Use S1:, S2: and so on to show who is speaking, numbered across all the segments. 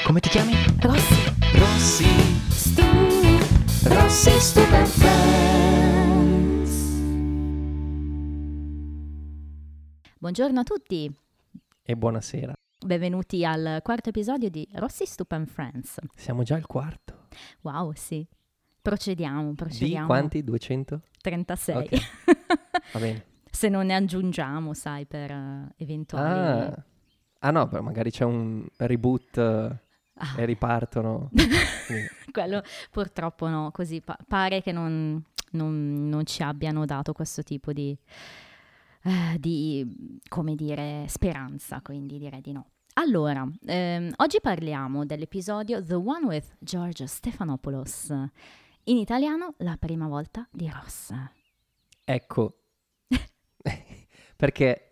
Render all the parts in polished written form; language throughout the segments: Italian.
S1: Come ti chiami?
S2: Rossi.
S1: Rossi Stupid Friends.
S2: Buongiorno a tutti,
S3: E buonasera.
S2: benvenuti al quarto episodio di Rossi Stupid Friends.
S3: Siamo già al quarto.
S2: Wow, sì. Procediamo.
S3: Di quanti? 200?
S2: 36.
S3: Ok. Va bene.
S2: Se non ne aggiungiamo, sai, per eventuali...
S3: Ah no, però magari c'è un reboot e ripartono.
S2: Quello purtroppo no, così pare che non ci abbiano dato questo tipo di, come dire, speranza, quindi direi di no. Allora, oggi parliamo dell'episodio The One with George Stephanopoulos, in italiano La prima volta di Ross.
S3: Ecco, perché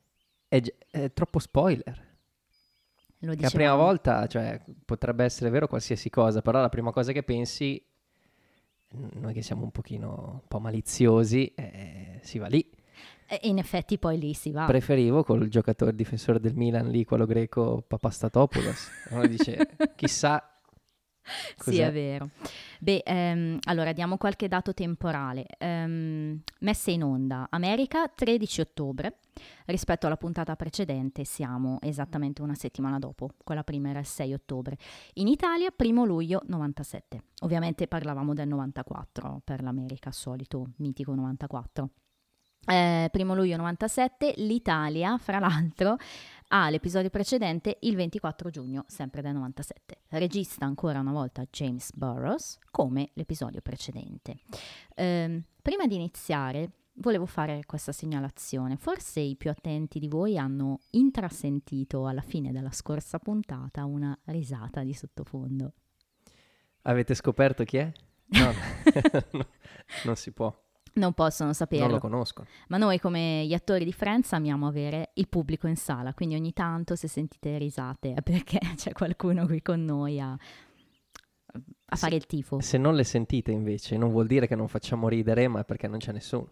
S3: è troppo spoiler.
S2: Lo
S3: Che la prima volta, cioè, potrebbe essere vero qualsiasi cosa, però la prima cosa che pensi, noi che siamo un po' maliziosi, si va lì.
S2: E in effetti poi lì si va.
S3: Preferivo col giocatore difensore del Milan lì, quello greco, Papastatopoulos. Uno dice, chissà cos'è.
S2: Sì, è vero. Beh, allora diamo qualche dato temporale. Messe in onda America 13 ottobre, rispetto alla puntata precedente siamo esattamente una settimana dopo, quella prima era il 6 ottobre. In Italia 1 luglio 97, ovviamente parlavamo del 94 per l'America, solito mitico 94. 1 luglio 97, l'Italia fra l'altro ha l'episodio precedente il 24 giugno, sempre del 97. Regista ancora una volta James Burrows, come l'episodio precedente. Prima di iniziare, volevo fare questa segnalazione. Forse i più attenti di voi hanno intrasentito alla fine della scorsa puntata una risata di sottofondo.
S3: Avete scoperto chi è? No, no, non si può.
S2: Non possono saperlo.
S3: Non lo conosco.
S2: Ma noi come gli attori di Friends amiamo avere il pubblico in sala, quindi ogni tanto se sentite risate è perché c'è qualcuno qui con noi a fare il tifo.
S3: Se non le sentite invece non vuol dire che non facciamo ridere, ma è perché non c'è nessuno.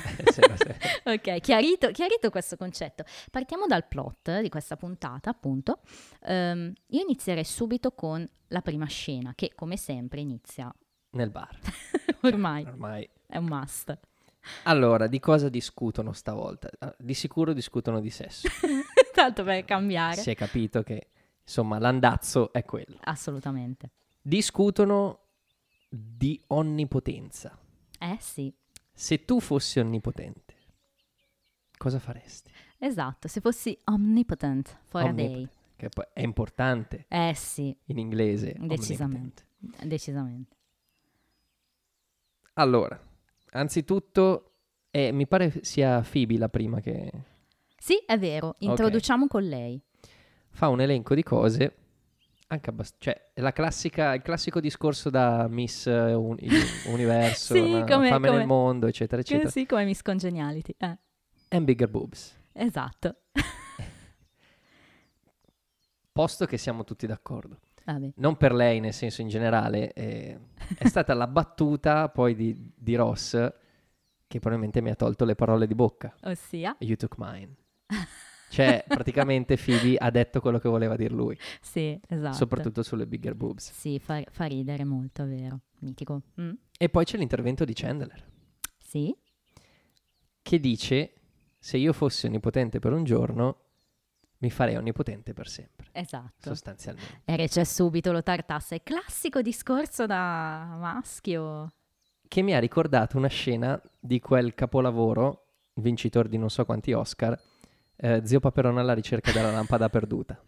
S2: Ok, chiarito questo concetto. Partiamo dal plot di questa puntata, appunto. Io inizierei subito con la prima scena, che come sempre inizia
S3: Nel bar.
S2: Ormai è un must.
S3: Allora, di cosa discutono stavolta? Di sicuro discutono di sesso.
S2: Tanto per cambiare.
S3: Si è capito che, insomma, l'andazzo è quello.
S2: Assolutamente.
S3: Discutono di onnipotenza.
S2: Sì.
S3: Se tu fossi onnipotente, cosa faresti?
S2: Esatto, se fossi omnipotent for a day.
S3: Che poi è importante
S2: Sì.
S3: in inglese.
S2: Decisamente.
S3: Allora, anzitutto, mi pare sia Phoebe la prima che...
S2: Sì, è vero, introduciamo con lei.
S3: Fa un elenco di cose, anche cioè è il classico discorso da Miss Universo,
S2: Sì,
S3: fame nel mondo, eccetera, eccetera.
S2: Sì, come Miss Congeniality.
S3: And bigger boobs.
S2: Esatto.
S3: Posto che siamo tutti d'accordo.
S2: Vabbè.
S3: Non per lei, nel senso in generale, è stata la battuta poi di Ross che probabilmente mi ha tolto le parole di bocca.
S2: Ossia?
S3: You took mine. Cioè, praticamente Phoebe ha detto quello che voleva dir lui.
S2: Sì, esatto.
S3: Soprattutto sulle bigger boobs.
S2: Sì, fa ridere molto, è vero. Mitico.
S3: E poi c'è l'intervento di Chandler.
S2: Sì?
S3: Che dice, se io fossi onnipotente per un giorno, mi farei onnipotente per sempre.
S2: Esatto.
S3: Sostanzialmente.
S2: E c'è subito lo tartasse. Classico discorso da maschio.
S3: Che mi ha ricordato una scena di quel capolavoro, vincitore di non so quanti Oscar, Zio Paperone alla ricerca della lampada perduta.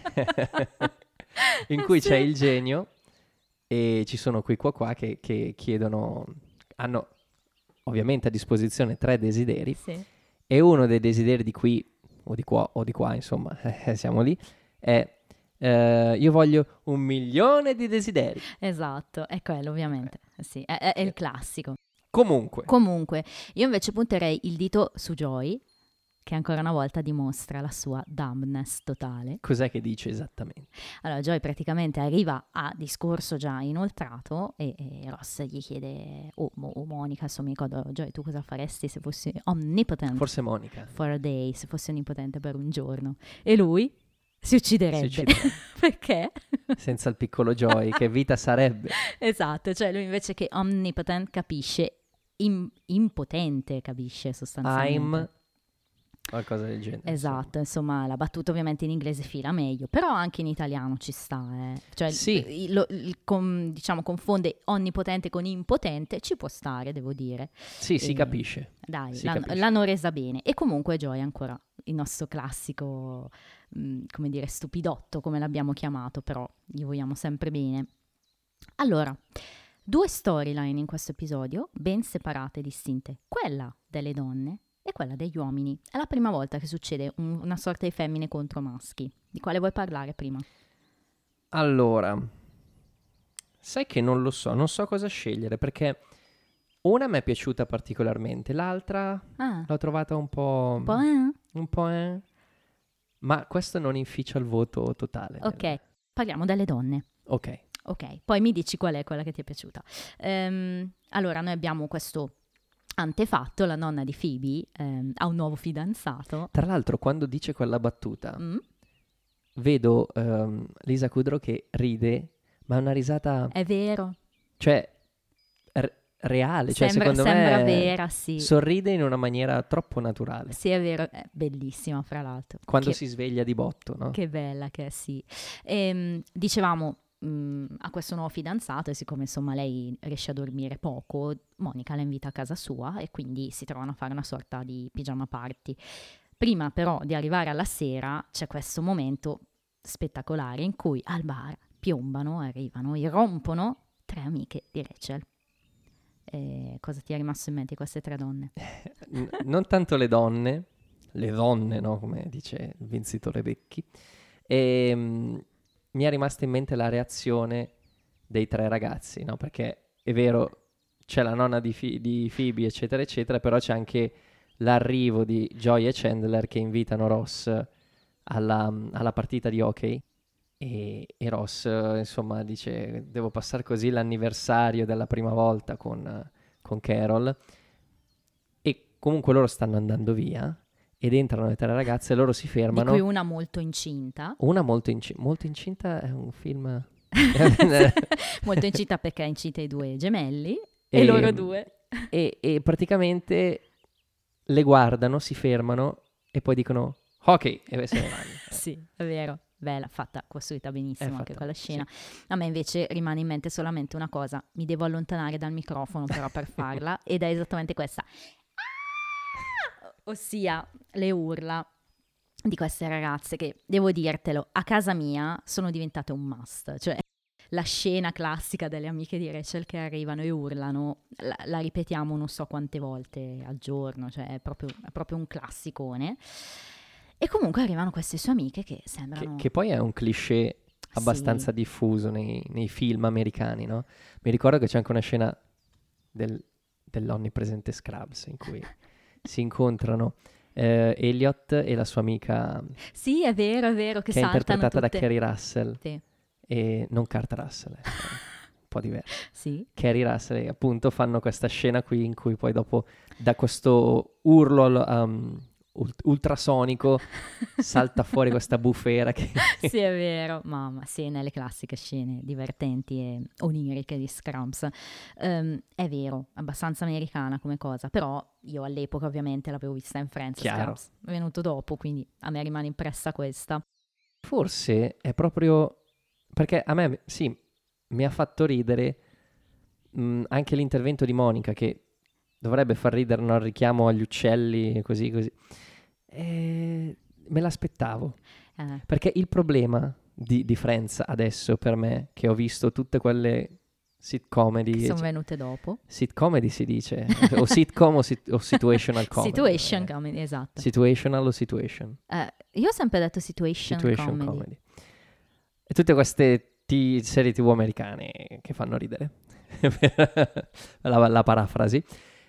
S3: In cui c'è il genio e ci sono quei qua che chiedono, hanno ovviamente a disposizione 3 desideri.
S2: Sì.
S3: E uno dei desideri di qui o di qua, insomma, siamo lì, è io voglio 1 milione di desideri.
S2: Esatto, è quello ovviamente, sì, è il classico.
S3: Comunque,
S2: io invece punterei il dito su Joy, che ancora una volta dimostra la sua dumbness totale.
S3: cos'è che dice esattamente?
S2: Allora Joy praticamente arriva a discorso già inoltrato e Ross gli chiede, o Monica, insomma mi ricordo, Joy, tu cosa faresti se fossi omnipotent?
S3: Forse Monica.
S2: For a day, se fossi onnipotente per un giorno. E lui Si ucciderebbe.
S3: Si ucciderebbe.
S2: Perché?
S3: Senza il piccolo Joy, che vita sarebbe?
S2: Esatto, cioè lui invece che omnipotent capisce, impotente capisce sostanzialmente.
S3: I'm qualcosa del genere.
S2: Esatto, insomma la battuta ovviamente in inglese fila meglio, però anche in italiano ci sta, Cioè
S3: Sì.
S2: diciamo confonde onnipotente con impotente, ci può stare, devo dire.
S3: Sì, si capisce.
S2: Dai,
S3: Si capisce.
S2: l'hanno resa bene. E comunque Joy è ancora il nostro classico, come dire, stupidotto, come l'abbiamo chiamato, però gli vogliamo sempre bene. Allora, 2 storyline in questo episodio, ben separate e distinte. Quella delle donne e quella degli uomini. È la prima volta che succede una sorta di femmine contro maschi. Di quale vuoi parlare prima?
S3: Allora, sai che non lo so, non so cosa scegliere, perché una mi è piaciuta particolarmente, l'altra l'ho trovata un po'... Un po', ma questo non inficia il voto totale.
S2: Ok, parliamo delle donne.
S3: Ok,
S2: Poi mi dici qual è quella che ti è piaciuta. Allora, noi abbiamo questo antefatto, la nonna di Phoebe ha un nuovo fidanzato.
S3: Tra l'altro, quando dice quella battuta, vedo Lisa Kudrow che ride, ma è una risata...
S2: È vero.
S3: Cioè, reale. Cioè, secondo
S2: sembra
S3: me
S2: vera, sì.
S3: sorride in una maniera troppo naturale.
S2: Sì, è vero, è bellissima, fra l'altro.
S3: Quando si sveglia di botto, no?
S2: Che bella che è, sì. Dicevamo... a questo nuovo fidanzato e siccome insomma lei riesce a dormire poco, Monica la invita a casa sua e quindi si trovano a fare una sorta di pigiama party. Prima però di arrivare alla sera c'è questo momento spettacolare in cui al bar arrivano, irrompono 3 amiche di Rachel. Cosa ti è rimasto in mente di queste 3 donne?
S3: Non tanto le donne, no? Come dice il vincitore Becchi. Mi è rimasta in mente la reazione dei 3 ragazzi, no? Perché è vero, c'è la nonna di Phoebe, eccetera, eccetera, però c'è anche l'arrivo di Joy e Chandler che invitano Ross alla partita di hockey. E Ross, insomma, dice, devo passare così l'anniversario della prima volta con Carol. E comunque loro stanno andando via. Ed entrano le 3 ragazze e loro si fermano.
S2: Di cui una molto incinta.
S3: Una molto incinta è un film...
S2: Molto incinta perché è incinta i 2 gemelli e loro 2.
S3: E praticamente le guardano, si fermano e poi dicono hockey e se ne vanno.
S2: Sì, è vero. Bella, fatta, costruita benissimo anche
S3: fatta,
S2: quella scena.
S3: sì.
S2: A me invece rimane in mente solamente una cosa. Mi devo allontanare dal microfono però per farla ed è esattamente questa. Ossia le urla di queste ragazze che, devo dirtelo, a casa mia sono diventate un must. Cioè, la scena classica delle amiche di Rachel che arrivano e urlano, la ripetiamo non so quante volte al giorno, cioè è proprio un classicone. E comunque arrivano queste sue amiche che sembrano...
S3: Che poi è un cliché abbastanza diffuso nei film americani, no? Mi ricordo che c'è anche una scena dell'onnipresente Scrubs in cui... si incontrano Elliot e la sua amica.
S2: Sì, è vero, che
S3: è
S2: saltano
S3: interpretata
S2: tutte.
S3: da Kerry Russell.
S2: Sì.
S3: E non Kurt Russell, un po' diverso.
S2: Sì.
S3: Kerry Russell, e appunto fanno questa scena qui in cui poi dopo da questo urlo ultrasonico salta fuori questa bufera che...
S2: Sì, è vero, mamma, sì, nelle classiche scene divertenti e oniriche di Scrubs. È vero, abbastanza americana come cosa, però io all'epoca ovviamente l'avevo vista in Friends.
S3: Chiaro.
S2: Scrubs è venuto dopo, quindi a me rimane impressa questa.
S3: Forse è proprio perché a me, sì, mi ha fatto ridere anche l'intervento di Monica che dovrebbe far ridere, no? Il richiamo agli uccelli, così. Me l'aspettavo. Perché il problema di Friends adesso per me, che ho visto tutte quelle sitcomedy...
S2: Che sono venute dopo.
S3: Sitcomedy si dice, o sitcom o situational comedy.
S2: Situation comedy, esatto.
S3: Situational o situation?
S2: Io ho sempre detto situation comedy.
S3: E tutte queste serie TV americane che fanno ridere. la parafrasi.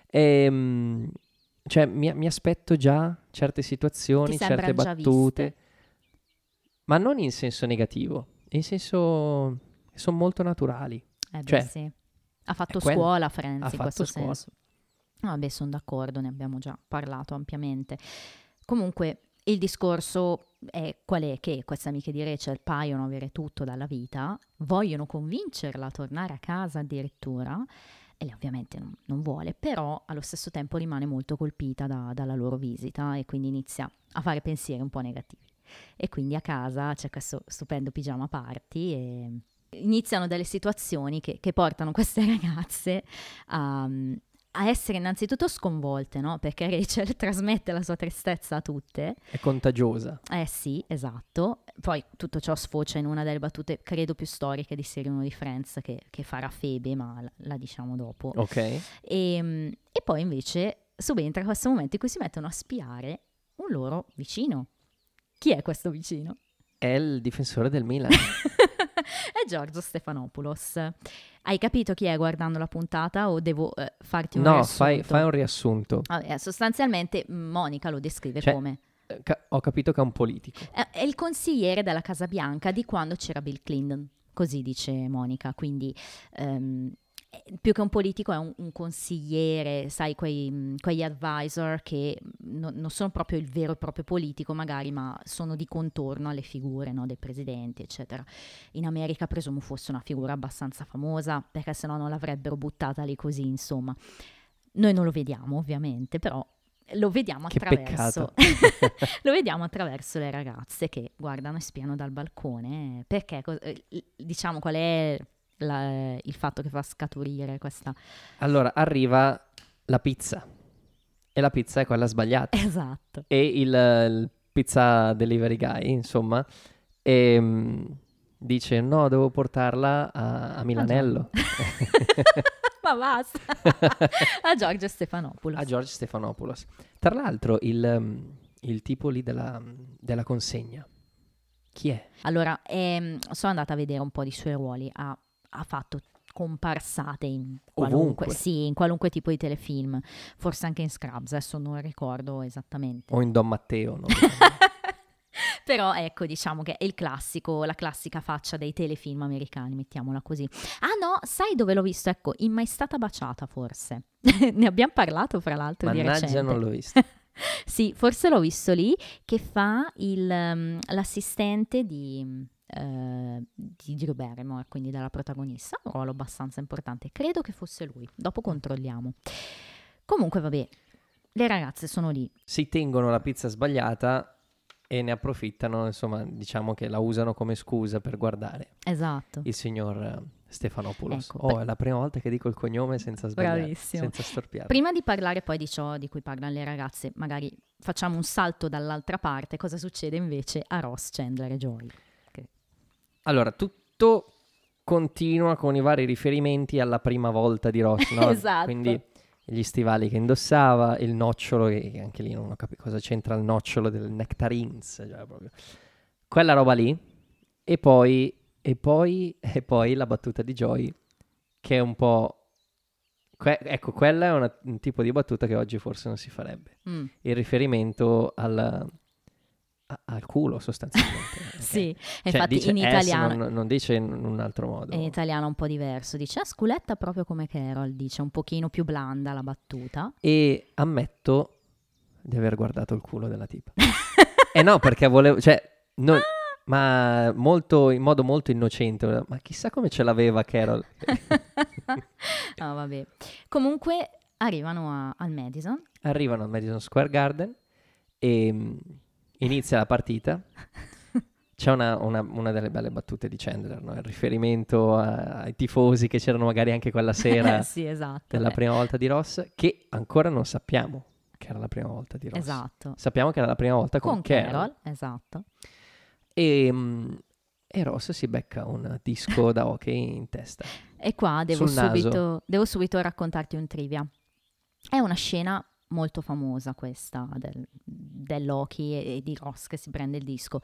S3: Cioè mi aspetto già certe situazioni, certe battute, ma non in senso negativo, in senso che sono molto naturali. Cioè,
S2: sì. Ha fatto scuola Friends in questo senso. Vabbè, sono d'accordo, ne abbiamo già parlato ampiamente. Comunque, il discorso è qual è? Che queste amiche di Rachel paiono avere tutto dalla vita, vogliono convincerla a tornare a casa addirittura, e lei ovviamente non vuole, però allo stesso tempo rimane molto colpita dalla loro visita e quindi inizia a fare pensieri un po' negativi. E quindi a casa c'è questo stupendo pigiama party e iniziano delle situazioni che portano queste ragazze a essere innanzitutto sconvolte, no? Perché Rachel trasmette la sua tristezza a tutte.
S3: È contagiosa.
S2: Sì, esatto. Poi tutto ciò sfocia in una delle battute, credo più storiche di serie 1 di Friends, che farà Phoebe, ma la diciamo dopo.
S3: Ok.
S2: E poi invece subentra questo momento in cui si mettono a spiare un loro vicino. Chi è questo vicino?
S3: È il difensore del Milan.
S2: È Giorgio Stephanopoulos. Hai capito chi è guardando la puntata o devo farti un riassunto?
S3: No, fai un riassunto.
S2: Vabbè, sostanzialmente Monica lo descrive
S3: Cioè,
S2: come...
S3: ho capito che è un politico.
S2: È il consigliere della Casa Bianca di quando c'era Bill Clinton, così dice Monica, quindi più che un politico è un consigliere, sai, quegli advisor che non sono proprio il vero e proprio politico magari, ma sono di contorno alle figure, no, dei presidenti, eccetera. In America presumo fosse una figura abbastanza famosa, perché sennò non l'avrebbero buttata lì così, insomma. Noi non lo vediamo, ovviamente, però lo vediamo attraverso lo vediamo attraverso le ragazze che guardano e spiano dal balcone, perché diciamo qual è il fatto che fa scaturire questa...
S3: Allora, arriva la pizza. E la pizza è quella sbagliata.
S2: Esatto.
S3: E il pizza delivery guy, insomma, dice no, devo portarla a Milanello.
S2: Ma basta. A Giorgio Stephanopoulos.
S3: A Giorgio Stephanopoulos. Tra l'altro, il tipo lì della consegna, chi è?
S2: Allora, sono andata a vedere un po' di suoi ruoli. Ha fatto comparsate in qualunque,
S3: Ovunque.
S2: sì, in qualunque tipo di telefilm, forse anche in Scrubs, adesso non ricordo esattamente.
S3: O in Don Matteo, no?
S2: Però ecco, diciamo che è il classico, la classica faccia dei telefilm americani, mettiamola così. Ah no, sai dove l'ho visto? Ecco, in Mai stata baciata forse. Ne abbiamo parlato fra l'altro di recente.
S3: Mannaggia, non l'ho visto.
S2: Sì, forse l'ho visto lì, che fa l'assistente di Drew Barrymore, quindi della protagonista, un ruolo abbastanza importante, credo che fosse lui, dopo controlliamo. Comunque vabbè, le ragazze sono lì.
S3: Si tengono la pizza sbagliata e ne approfittano, insomma, diciamo che la usano come scusa per guardare
S2: Esatto.
S3: il signor Stephanopoulos.
S2: Ecco,
S3: È la prima volta che dico il cognome senza sbagliare,
S2: Bravissimo.
S3: senza storpiare.
S2: Prima di parlare poi di ciò di cui parlano le ragazze, magari facciamo un salto dall'altra parte, cosa succede invece a Ross, Chandler e Joey.
S3: Allora, tutto continua con i vari riferimenti alla prima volta di Ross, no?
S2: Esatto.
S3: Quindi gli stivali che indossava, il nocciolo, che anche lì non ho capito cosa c'entra il nocciolo del Nectarines, cioè proprio quella roba lì, e poi la battuta di Joey, che è un po'... ecco, quella è un tipo di battuta che oggi forse non si farebbe. Il riferimento al culo, sostanzialmente. Okay?
S2: Sì,
S3: Cioè,
S2: infatti
S3: dice
S2: in italiano...
S3: non dice in un altro modo.
S2: In italiano un po' diverso, dice sculetta proprio come Carol, dice un pochino più blanda la battuta.
S3: E ammetto di aver guardato il culo della tipa. No, perché volevo... Cioè, ma in modo molto innocente. Ma chissà come ce l'aveva Carol.
S2: No, vabbè. Comunque arrivano al Madison.
S3: Arrivano al Madison Square Garden e inizia la partita. C'è una delle belle battute di Chandler, no? Il riferimento ai tifosi che c'erano magari anche quella sera
S2: sì, esatto,
S3: della prima volta di Ross, che ancora non sappiamo che era la prima volta di Ross.
S2: Esatto.
S3: Sappiamo che era la prima volta con Carol.
S2: Esatto.
S3: E Ross si becca un disco da hockey in testa.
S2: E qua devo
S3: sul naso.
S2: subito raccontarti un trivia. È una scena molto famosa questa dell'hockey e di Ross che si prende il disco.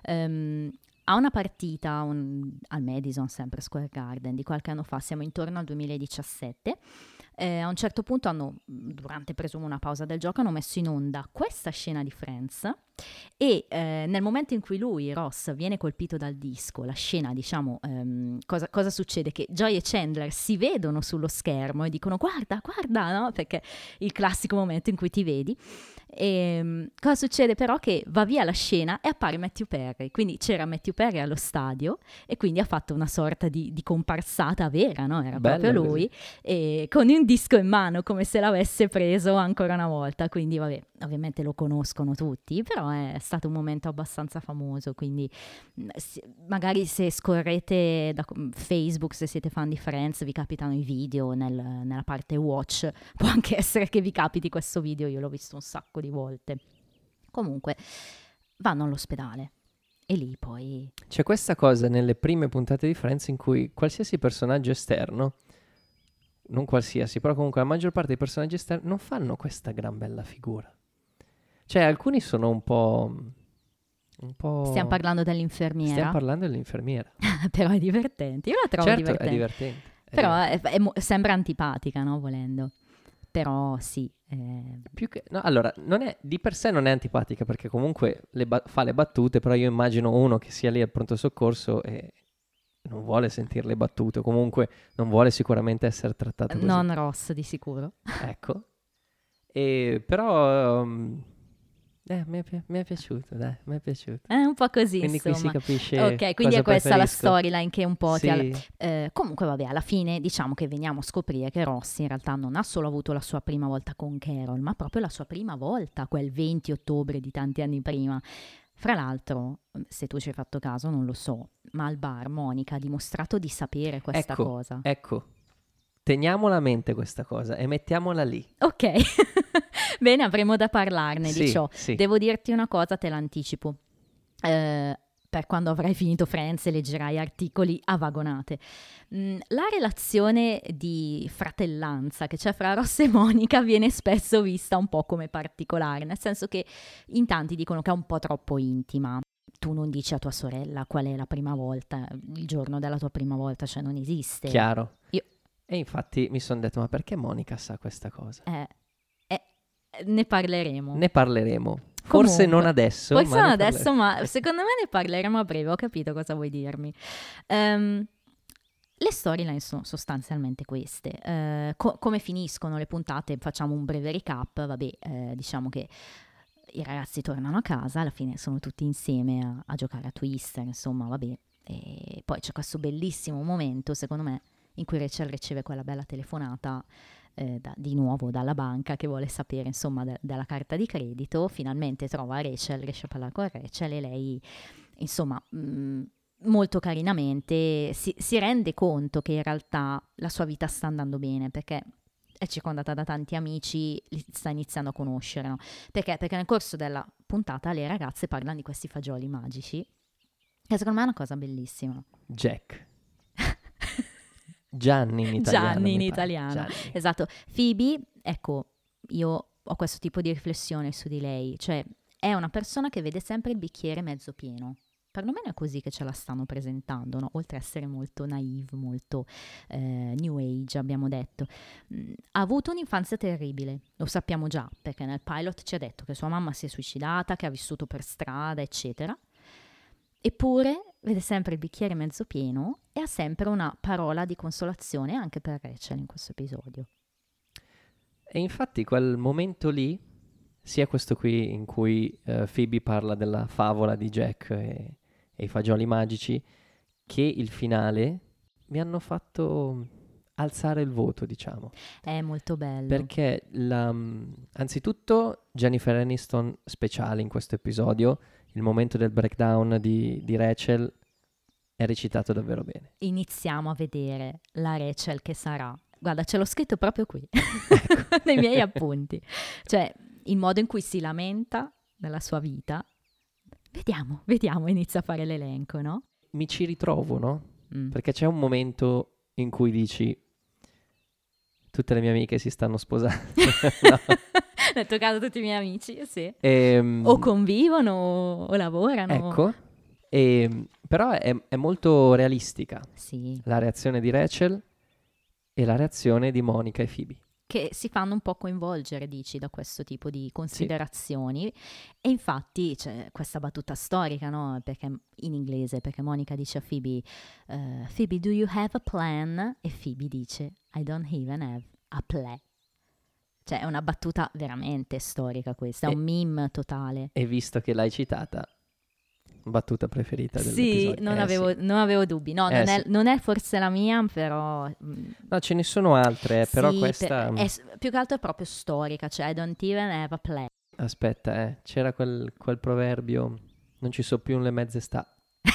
S2: A una partita al Madison, sempre Square Garden, di qualche anno fa, siamo intorno al 2017, a un certo punto durante presumo una pausa del gioco, hanno messo in onda questa scena di Friends E nel momento in cui lui, Ross, viene colpito dal disco, la scena, diciamo, cosa succede? Che Joy e Chandler si vedono sullo schermo e dicono guarda, no? Perché il classico momento in cui ti vedi. E cosa succede però? Che va via la scena e appare Matthew Perry, quindi c'era Matthew Perry allo stadio e quindi ha fatto una sorta di comparsata vera, no? Era
S3: Bella
S2: proprio
S3: così.
S2: lui, e con un disco in mano come se l'avesse preso ancora una volta, quindi vabbè, ovviamente lo conoscono tutti, però è stato un momento abbastanza famoso, quindi magari se scorrete da Facebook, se siete fan di Friends, vi capitano i video nella parte watch, può anche essere che vi capiti questo video, io l'ho visto un sacco di volte. Comunque vanno all'ospedale e lì poi
S3: C'è questa cosa nelle prime puntate di Friends in cui qualsiasi personaggio esterno, non qualsiasi, però comunque la maggior parte dei personaggi esterni non fanno questa gran bella figura. Cioè alcuni sono un po'...
S2: stiamo parlando dell'infermiera.
S3: Stiamo parlando dell'infermiera.
S2: Però è divertente, io la trovo
S3: Certo,
S2: divertente.
S3: è divertente.
S2: Però sembra antipatica, no? Volendo. Però sì.
S3: Più che, no, allora, di per sé non è antipatica perché comunque fa le battute, però io immagino uno che sia lì al pronto soccorso e non vuole sentire le battute, o comunque non vuole sicuramente essere trattato così.
S2: Non Ross, di sicuro.
S3: Ecco. Però mi è piaciuto, dai, mi è piaciuto.
S2: È un po' così,
S3: Quindi qui si
S2: insomma.
S3: capisce
S2: Ok, quindi
S3: cosa
S2: è questa la
S3: preferisco.
S2: storyline che un po'
S3: Sì.
S2: comunque vabbè, alla fine diciamo che veniamo a scoprire che Ross in realtà non ha solo avuto la sua prima volta con Carol, ma proprio la sua prima volta, quel 20 ottobre di tanti anni prima. Fra l'altro, se tu ci hai fatto caso, non lo so, ma al bar Monica ha dimostrato di sapere questa cosa.
S3: Ecco, teniamola a mente questa cosa e mettiamola lì.
S2: Ok, bene, avremo da parlarne di
S3: Sì,
S2: ciò.
S3: sì.
S2: Devo dirti una cosa, te l'anticipo. Per quando avrai finito Friends e leggerai articoli a vagonate. La relazione di fratellanza che c'è fra Ross e Monica viene spesso vista un po' come particolare, nel senso che in tanti dicono che è un po' troppo intima. Tu non dici a tua sorella qual è la prima volta, il giorno della tua prima volta, cioè non esiste.
S3: Chiaro.
S2: Io-
S3: E infatti mi sono detto, ma perché Monica sa questa cosa?
S2: Ne parleremo.
S3: Ne parleremo. Forse
S2: Comunque,
S3: non adesso.
S2: Forse
S3: ma
S2: non
S3: ne
S2: adesso,
S3: parleremo.
S2: ma secondo me ne parleremo a breve, ho capito cosa vuoi dirmi. Le storyline sono sostanzialmente queste. Come finiscono le puntate? Facciamo un breve recap. Vabbè, diciamo che i ragazzi tornano a casa, alla fine sono tutti insieme a giocare a Twister, insomma, vabbè. E poi c'è questo bellissimo momento, secondo me, in cui Rachel riceve quella bella telefonata di nuovo dalla banca che vuole sapere insomma della carta di credito. Finalmente trova Rachel, riesce a parlare con Rachel e lei insomma molto carinamente si rende conto che in realtà la sua vita sta andando bene perché è circondata da tanti amici, li sta iniziando a conoscere, no? Perché nel corso della puntata le ragazze parlano di questi fagioli magici che secondo me è una cosa bellissima.
S3: Jack. Gianni in italiano.
S2: Gianni in
S3: mi pare.
S2: italiano.
S3: Gianni.
S2: Esatto. Phoebe, ecco, io ho questo tipo di riflessione su di lei, cioè è una persona che vede sempre il bicchiere mezzo pieno. Perlomeno è così che ce la stanno presentando, no? Oltre a essere molto naive, molto new age, abbiamo detto. Ha avuto un'infanzia terribile, lo sappiamo già, perché nel pilot ci ha detto che sua mamma si è suicidata, che ha vissuto per strada, eccetera. Eppure vede sempre il bicchiere mezzo pieno e ha sempre una parola di consolazione anche per Rachel in questo episodio.
S3: E infatti quel momento lì, sia questo qui in cui Phoebe parla della favola di Jack e i fagioli magici, che il finale mi hanno fatto alzare il voto, diciamo.
S2: È molto bello.
S3: Perché anzitutto Jennifer Aniston speciale in questo episodio, il momento del breakdown di Rachel è recitato davvero bene.
S2: Iniziamo a vedere la Rachel che sarà. Guarda, ce l'ho scritto proprio qui, nei miei appunti. Cioè, il modo in cui si lamenta della sua vita. Vediamo, inizia a fare l'elenco, no?
S3: Mi ci ritrovo, no? Perché c'è un momento in cui dici tutte le mie amiche si stanno sposando. No.
S2: Nel tuo caso tutti i miei amici, sì.
S3: O
S2: O convivono o lavorano.
S3: Ecco, però è molto realistica
S2: Sì.
S3: la reazione di Rachel e la reazione di Monica e Phoebe.
S2: che si fanno un po' coinvolgere, dici, da questo tipo di considerazioni. E infatti c'è questa battuta storica, no? Perché in inglese, perché Monica dice a Phoebe, Phoebe, do you have a plan? E Phoebe dice, I don't even have a plan. Cioè è una battuta veramente storica questa, è un meme totale.
S3: E visto che l'hai citata, battuta preferita
S2: Sì,
S3: dell'episodio.
S2: non avevo dubbi. No, non è forse la mia, però...
S3: No, ce ne sono altre, però
S2: sì,
S3: questa...
S2: più che altro è proprio storica, cioè I don't even have a plan.
S3: Aspetta, c'era quel proverbio, non ci so più le mezze sta.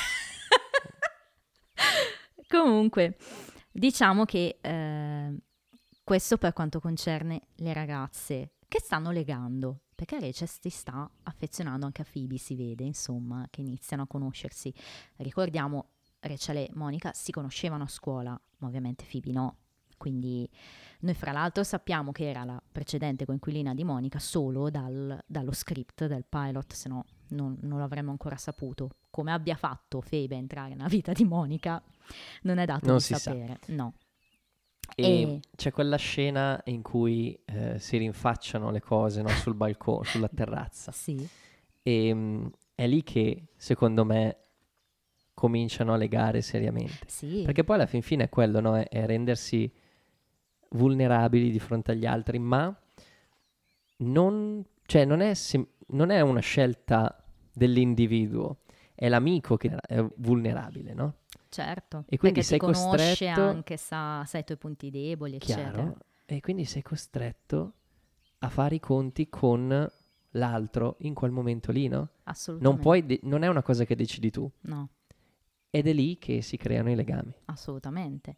S2: Comunque, diciamo che questo per quanto concerne le ragazze che stanno legando, perché Rachel si sta affezionando anche a Phoebe, si vede, insomma, che iniziano a conoscersi. Ricordiamo, Rachel e Monica si conoscevano a scuola, ma ovviamente Phoebe no. Quindi noi fra l'altro sappiamo che era la precedente coinquilina di Monica solo dallo script del pilot, se no non l'avremmo ancora saputo. Come abbia fatto Phoebe a entrare nella vita di Monica non è dato di sapere, no.
S3: E c'è quella scena in cui si rinfacciano le cose, no? Sul balcone, sulla terrazza.
S2: Sì.
S3: E è lì che, secondo me, cominciano a legare seriamente.
S2: Sì.
S3: Perché poi alla fin fine è quello, no? È rendersi vulnerabili di fronte agli altri, ma non è una scelta dell'individuo, è l'amico che è vulnerabile, no?
S2: Certo,
S3: e quindi
S2: perché
S3: sei
S2: ti conosce
S3: costretto,
S2: anche, sa i tuoi punti deboli,
S3: chiaro,
S2: eccetera.
S3: e quindi sei costretto a fare i conti con l'altro in quel momento lì, no?
S2: Assolutamente.
S3: Non è una cosa che decidi tu.
S2: No.
S3: Ed è lì che si creano i legami.
S2: Assolutamente.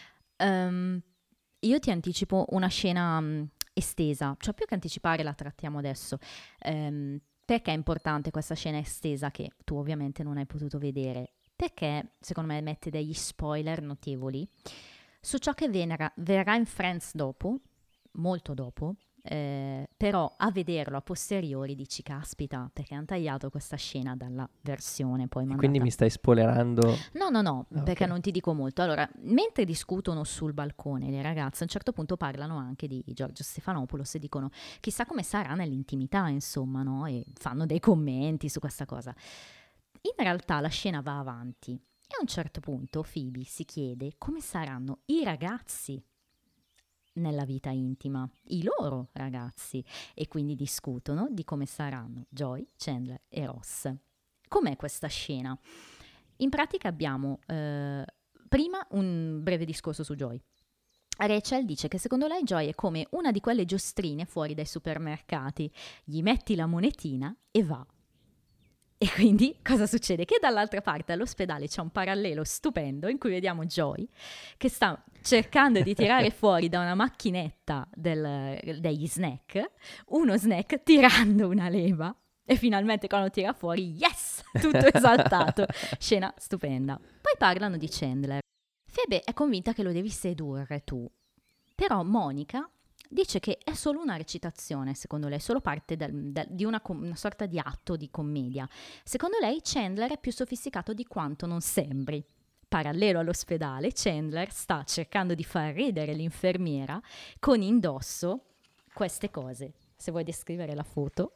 S2: Io ti anticipo una scena estesa, cioè più che anticipare la trattiamo adesso. Perché è importante questa scena estesa che tu ovviamente non hai potuto vedere? Perché secondo me mette degli spoiler notevoli su ciò che verrà in Friends dopo, molto dopo, però a vederlo a posteriori dici caspita, perché hanno tagliato questa scena dalla versione poi mandata.
S3: Quindi mi stai spoilerando?
S2: No, perché
S3: okay.
S2: non ti dico molto. Allora, mentre discutono sul balcone le ragazze, a un certo punto parlano anche di Giorgio Stephanopoulos e dicono chissà come sarà nell'intimità, insomma, no? E fanno dei commenti su questa cosa. In realtà la scena va avanti e a un certo punto Phoebe si chiede come saranno i ragazzi nella vita intima, i loro ragazzi, e quindi discutono di come saranno Joy, Chandler e Ross. Com'è questa scena? In pratica abbiamo prima un breve discorso su Joy. Rachel dice che secondo lei Joy è come una di quelle giostrine fuori dai supermercati, gli metti la monetina e va. E quindi cosa succede? Che dall'altra parte all'ospedale c'è un parallelo stupendo in cui vediamo Joy che sta cercando di tirare fuori da una macchinetta degli snack, uno snack tirando una leva e finalmente quando tira fuori, yes! Tutto esaltato. Scena stupenda. Poi parlano di Chandler. Phoebe è convinta che lo devi sedurre tu, però Monica dice che è solo una recitazione, secondo lei, solo parte di una sorta di atto di commedia. Secondo lei Chandler è più sofisticato di quanto non sembri. Parallelo all'ospedale, Chandler sta cercando di far ridere l'infermiera con indosso queste cose. Se vuoi descrivere la foto.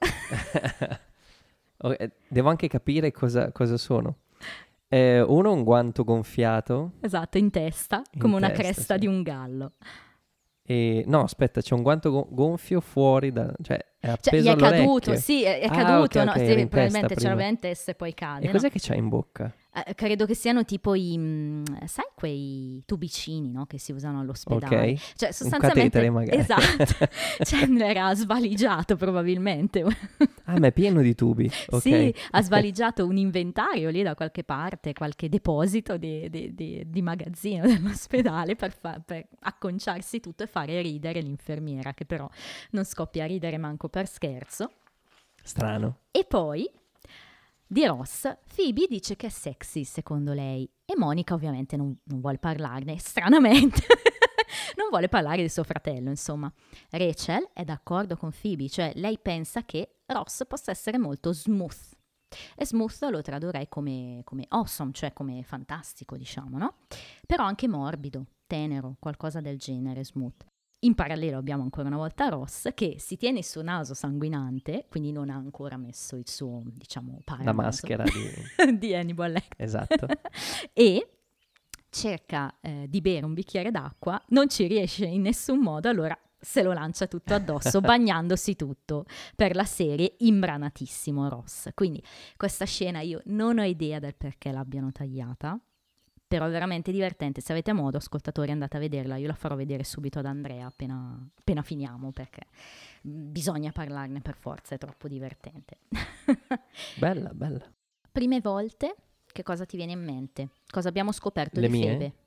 S3: Devo anche capire cosa sono. Uno un guanto gonfiato.
S2: Esatto, in testa, come una cresta sì. Di un gallo.
S3: No, aspetta, c'è un guanto gonfio fuori cioè è appeso
S2: gli è
S3: all'orecchio.
S2: Caduto, sì, è caduto,
S3: okay,
S2: no?
S3: Sì,
S2: probabilmente ce l'avente e poi cade.
S3: E cos'è che c'ha in bocca?
S2: Credo che siano tipo sai quei tubicini, no? Che si usano all'ospedale.
S3: Ok,
S2: cioè sostanzialmente,
S3: un catetere magari.
S2: Esatto, Chandler ha svaligiato probabilmente.
S3: Ma è pieno di tubi. Okay.
S2: Sì, ha svaligiato un inventario lì da qualche parte, qualche deposito di magazzino dell'ospedale per acconciarsi tutto e fare ridere l'infermiera, che però non scoppia a ridere manco per scherzo.
S3: Strano.
S2: E poi di Ross, Phoebe dice che è sexy secondo lei e Monica ovviamente non vuole parlarne, stranamente. Non vuole parlare di suo fratello, insomma. Rachel è d'accordo con Phoebe, cioè lei pensa che Ross possa essere molto smooth. E smooth lo tradurrei come awesome, cioè come fantastico, diciamo, no? Però anche morbido, tenero, qualcosa del genere, smooth. In parallelo abbiamo ancora una volta Ross che si tiene il suo naso sanguinante, quindi non ha ancora messo il suo, diciamo,
S3: La
S2: paranaso
S3: maschera
S2: di Hannibal Lecter.
S3: Esatto.
S2: E cerca di bere un bicchiere d'acqua, non ci riesce in nessun modo, allora se lo lancia tutto addosso, bagnandosi tutto per la serie, imbranatissimo Ross. Quindi questa scena io non ho idea del perché l'abbiano tagliata, però è veramente divertente. Se avete modo, ascoltatori, andate a vederla. Io la farò vedere subito ad Andrea appena finiamo, perché bisogna parlarne per forza, è troppo divertente.
S3: Bella, bella.
S2: Prime volte, che cosa ti viene in mente? Cosa abbiamo scoperto
S3: Le
S2: di
S3: mie?
S2: Phoebe?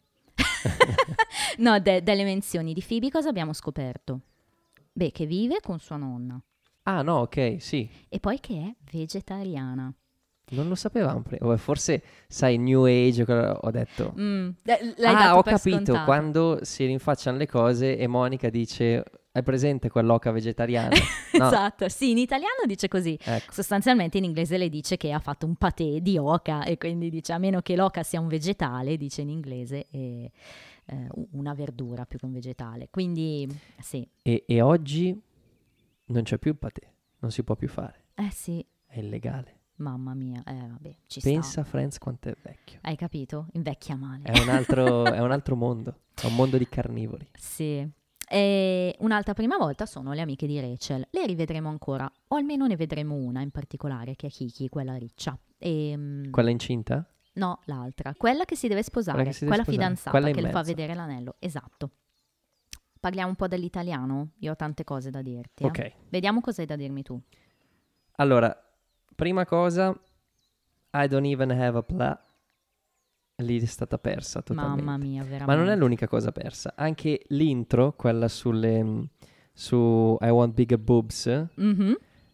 S2: No, delle menzioni di Phoebe cosa abbiamo scoperto? Beh, che vive con sua nonna
S3: Ah, no, ok, sì.
S2: e poi che è vegetariana.
S3: Non lo sapevamo prima. O forse, sai, New Age, ho detto...
S2: L'hai
S3: Ah,
S2: dato
S3: ho
S2: per
S3: capito,
S2: scontato.
S3: quando si rinfacciano le cose e Monica dice, hai presente quell'oca vegetariana? No,
S2: Esatto, sì, in italiano dice così.
S3: ecco.
S2: Sostanzialmente in inglese le dice che ha fatto un patè di oca e quindi dice a meno che l'oca sia un vegetale, dice in inglese, è una verdura più che un vegetale. Quindi sì,
S3: E oggi non c'è più il patè, non si può più fare,
S2: sì,
S3: è illegale.
S2: mamma mia, vabbè, ci
S3: Pensa
S2: sta.
S3: Friends quanto è vecchio.
S2: Hai capito? Invecchia male.
S3: È un altro mondo, è un mondo di carnivori.
S2: Sì. E un'altra prima volta sono le amiche di Rachel. Le rivedremo ancora, o almeno ne vedremo una in particolare, che è Kiki, quella riccia.
S3: Quella incinta?
S2: No, l'altra, quella che si deve sposare,
S3: Quella che si deve
S2: quella
S3: sposare,
S2: fidanzata
S3: quella in
S2: che le fa
S3: mezzo.
S2: vedere l'anello. Esatto. Parliamo un po' dell'italiano? Io ho tante cose da dirti.
S3: Ok,
S2: Vediamo cosa hai da dirmi tu.
S3: allora, prima cosa, I don't even have a plan. Lì è stata persa totalmente.
S2: Mamma mia, veramente.
S3: Ma non è l'unica cosa persa. Anche l'intro, quella su I Want Bigger Boobs,
S2: Mhm.